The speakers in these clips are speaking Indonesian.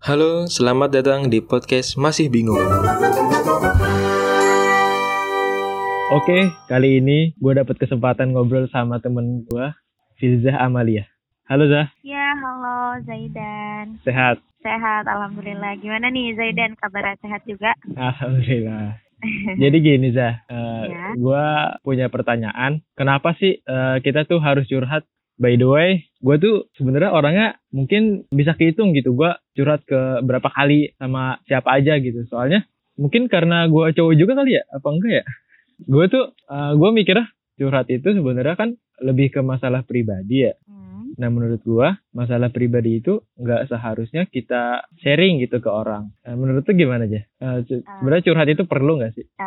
Halo, selamat datang di podcast Masih Bingung. Oke, kali ini gue dapet kesempatan ngobrol sama temen gue, Filzah Amalia. Halo Zah. Ya, halo Zaidan. Sehat? Sehat, alhamdulillah. Gimana nih Zaidan, kabarnya sehat juga? Alhamdulillah. Jadi gini Zah, Ya. gue punya pertanyaan. Kenapa sih kita tuh harus curhat? By the way, gue tuh sebenarnya orangnya mungkin bisa kehitung gitu. Gue curhat ke berapa kali sama siapa aja gitu. Soalnya mungkin karena gue cowok juga kali ya, apa enggak ya? Gue mikirnya curhat itu sebenarnya kan lebih ke masalah pribadi ya. Nah menurut gue masalah pribadi itu nggak seharusnya kita sharing gitu ke orang. Menurut tuh gimana aja? Sebenarnya curhat itu perlu nggak sih?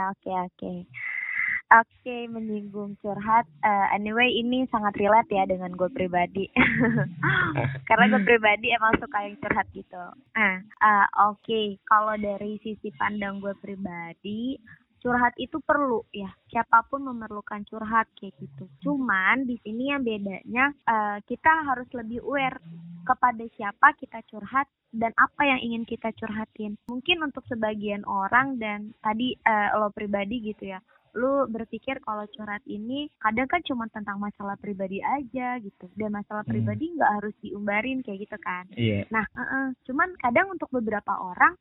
Oke, menyinggung curhat. Anyway, ini sangat relate ya dengan gue pribadi. Karena gue pribadi emang suka yang curhat gitu. Oke, kalau dari sisi pandang gue pribadi, curhat itu perlu ya. Siapapun memerlukan curhat kayak gitu. Cuman di sini yang bedanya kita harus lebih aware kepada siapa kita curhat dan apa yang ingin kita curhatin. Mungkin untuk sebagian orang dan tadi lo pribadi gitu ya. Lu berpikir kalau curhat ini kadang kan cuma tentang masalah pribadi aja gitu. Dan masalah pribadi nggak harus diumbarin kayak gitu kan. Iya. Nah, cuman kadang untuk beberapa orang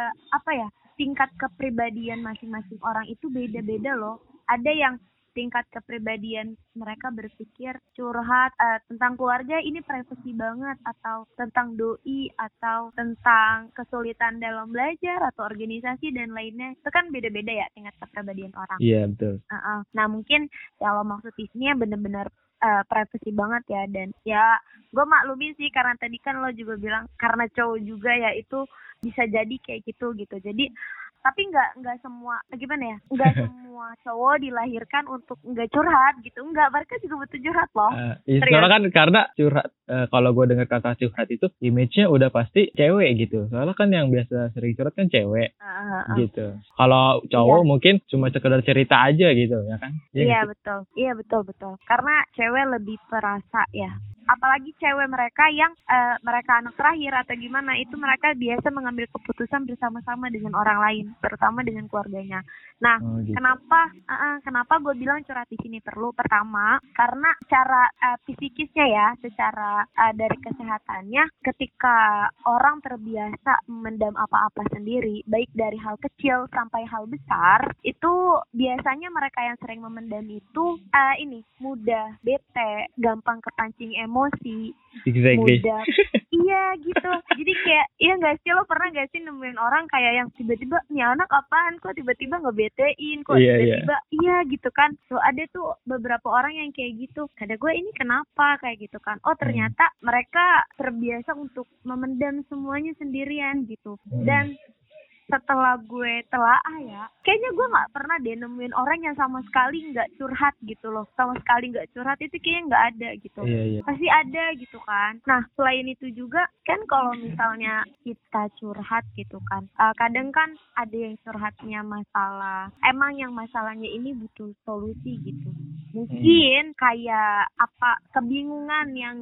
tingkat kepribadian masing-masing orang itu beda-beda loh. Ada yang tingkat kepribadian mereka berpikir curhat tentang keluarga ini privasi banget, atau tentang doi, atau tentang kesulitan dalam belajar atau organisasi dan lainnya. Itu kan beda-beda ya tingkat kepribadian orang. Iya betul. Nah mungkin kalau maksud di sini yang benar-benar privasi banget ya, dan ya gue maklumin sih karena tadi kan lo juga bilang karena cowok juga ya, itu bisa jadi kayak gitu. Jadi tapi nggak semua gimana ya, nggak semua cowok dilahirkan untuk nggak curhat gitu, nggak, mereka juga butuh curhat loh. Soalnya kan karena curhat, kalau gue dengar kata curhat itu image-nya udah pasti cewek gitu. Soalnya kan yang biasa sering curhat kan cewek gitu. Kalau cowok mungkin cuma sekedar cerita aja gitu ya kan? Iya betul. Karena cewek lebih perasa ya. Apalagi cewek mereka yang mereka anak terakhir atau gimana, itu mereka biasa mengambil keputusan bersama-sama dengan orang lain, terutama dengan keluarganya. Nah, gitu. kenapa gue bilang curhat di sini perlu? Pertama, karena secara fisikisnya ya, secara dari kesehatannya, ketika orang terbiasa memendam apa-apa sendiri, baik dari hal kecil sampai hal besar, itu biasanya mereka yang sering memendam itu mudah bete, gampang kepancing emosi, mudah iya gitu. Jadi kayak iya nggak sih, lo pernah nggak sih nemuin orang kayak yang tiba-tiba nih anak apaan kok tiba-tiba ngebetein, kok tiba-tiba iya gitu kan. So ada tuh beberapa orang yang kayak gitu, kata gue ini kenapa kayak gitu kan. Oh ternyata mereka terbiasa untuk memendam semuanya sendirian gitu. Dan setelah gue telaah ya, kayaknya gue nggak pernah deh nemuin orang yang sama sekali nggak curhat gitu loh. Sama sekali nggak curhat itu kayaknya nggak ada gitu. Pasti ada gitu kan. Nah selain itu juga kan kalau misalnya kita curhat gitu kan, kadang kan ada yang curhatnya masalah, emang yang masalahnya ini butuh solusi gitu. Mungkin kayak kebingungan yang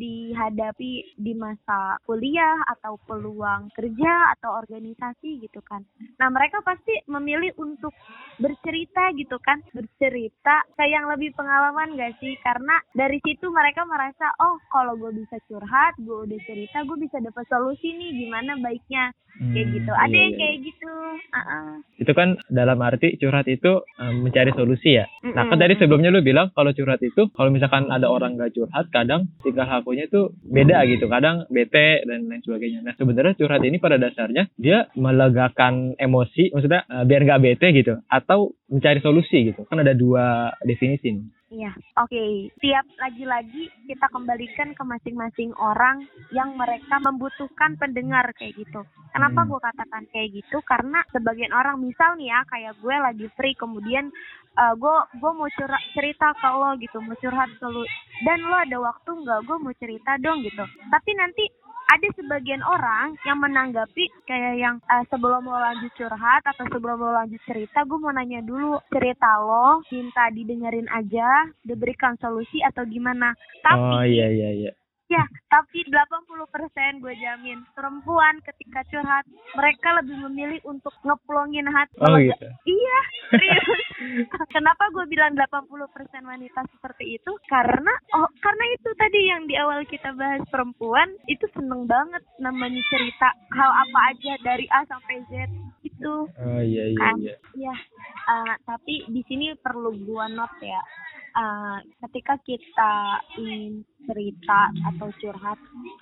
dihadapi di masa kuliah atau peluang kerja atau organisasi gitu kan. Nah mereka pasti memilih untuk bercerita gitu kan, bercerita ke yang lebih pengalaman gak sih? Karena dari situ mereka merasa, oh kalau gue bisa curhat, gue udah cerita, gue bisa dapat solusi nih gimana baiknya kayak gitu. Ada yang kayak gitu. Itu kan dalam arti curhat itu mencari solusi ya. Nah kan tadi sebelumnya lu bilang kalau curhat itu kalau misalkan ada orang gak curhat, kadang tingkah lakunya tuh beda gitu, kadang bete dan lain sebagainya. Nah sebenarnya curhat ini pada dasarnya dia melegakan emosi, maksudnya biar gak bete gitu, atau mencari solusi gitu. Kan ada dua definisi nih. Iya, oke. Tiap lagi-lagi kita kembalikan ke masing-masing orang yang mereka membutuhkan pendengar kayak gitu. Kenapa gue katakan kayak gitu? Karena sebagian orang, misal nih ya, kayak gue lagi free, kemudian gue mau cerita ke lo gitu, mau curhat ke lo, dan lo ada waktu nggak? Gue mau cerita dong gitu. Tapi nanti ada sebagian orang yang menanggapi kayak yang sebelum mau lanjut curhat atau sebelum mau lanjut cerita, gue mau nanya dulu, cerita lo minta didengerin aja, diberikan solusi atau gimana. Tapi iya. Ya, tapi 80% gue jamin perempuan ketika curhat mereka lebih memilih untuk ngeplongin hati. Oh gitu. Iya, serius. Kenapa gue bilang 80% wanita seperti itu? Karena itu tadi yang di awal kita bahas, perempuan itu seneng banget namanya cerita hal apa aja dari A sampai Z itu. Oh iya. Iya. Tapi di sini perlu gua note ya. Ketika kita ingin cerita atau curhat,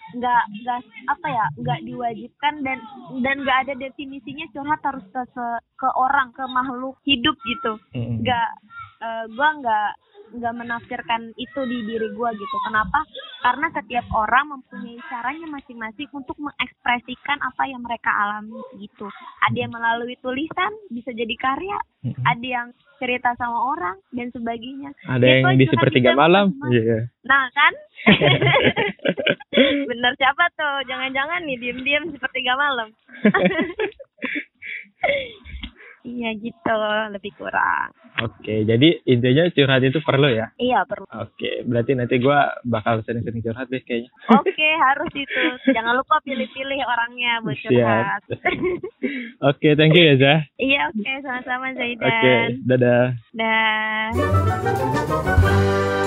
nggak diwajibkan dan nggak ada definisinya curhat harus ke orang, ke makhluk hidup gitu. Gua nggak menafsirkan itu di diri gua gitu. Kenapa? Karena setiap orang mempunyai caranya masing-masing untuk mengekspresikan apa yang mereka alami gitu. Ada yang melalui tulisan bisa jadi karya, ada yang cerita sama orang dan sebagainya. Ada yang di sepertiga malam. Iya. Nah kan, bener siapa tuh? Jangan-jangan nih diem-diem sepertiga malam. Iya gitu, lebih kurang. Oke, jadi intinya curhat itu perlu ya? Iya perlu. Oke, berarti nanti gue bakal sering-sering curhat deh kayaknya. Oke, harus itu. Jangan lupa pilih-pilih orangnya buat curhat. Oke, thank you ya Zah. Iya, oke, sama-sama Zaidan. Oke, dadah. Dah.